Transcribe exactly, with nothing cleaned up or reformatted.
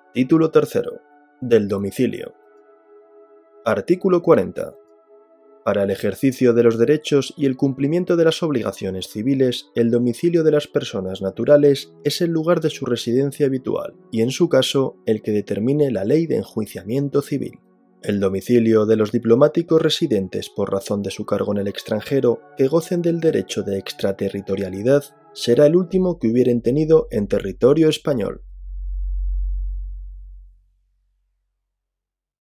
Título tercero. Del domicilio. Artículo cuarenta. Para el ejercicio de los derechos y el cumplimiento de las obligaciones civiles, el domicilio de las personas naturales es el lugar de su residencia habitual y, en su caso, el que determine la ley de enjuiciamiento civil. El domicilio de los diplomáticos residentes por razón de su cargo en el extranjero que gocen del derecho de extraterritorialidad será el último que hubieren tenido en territorio español.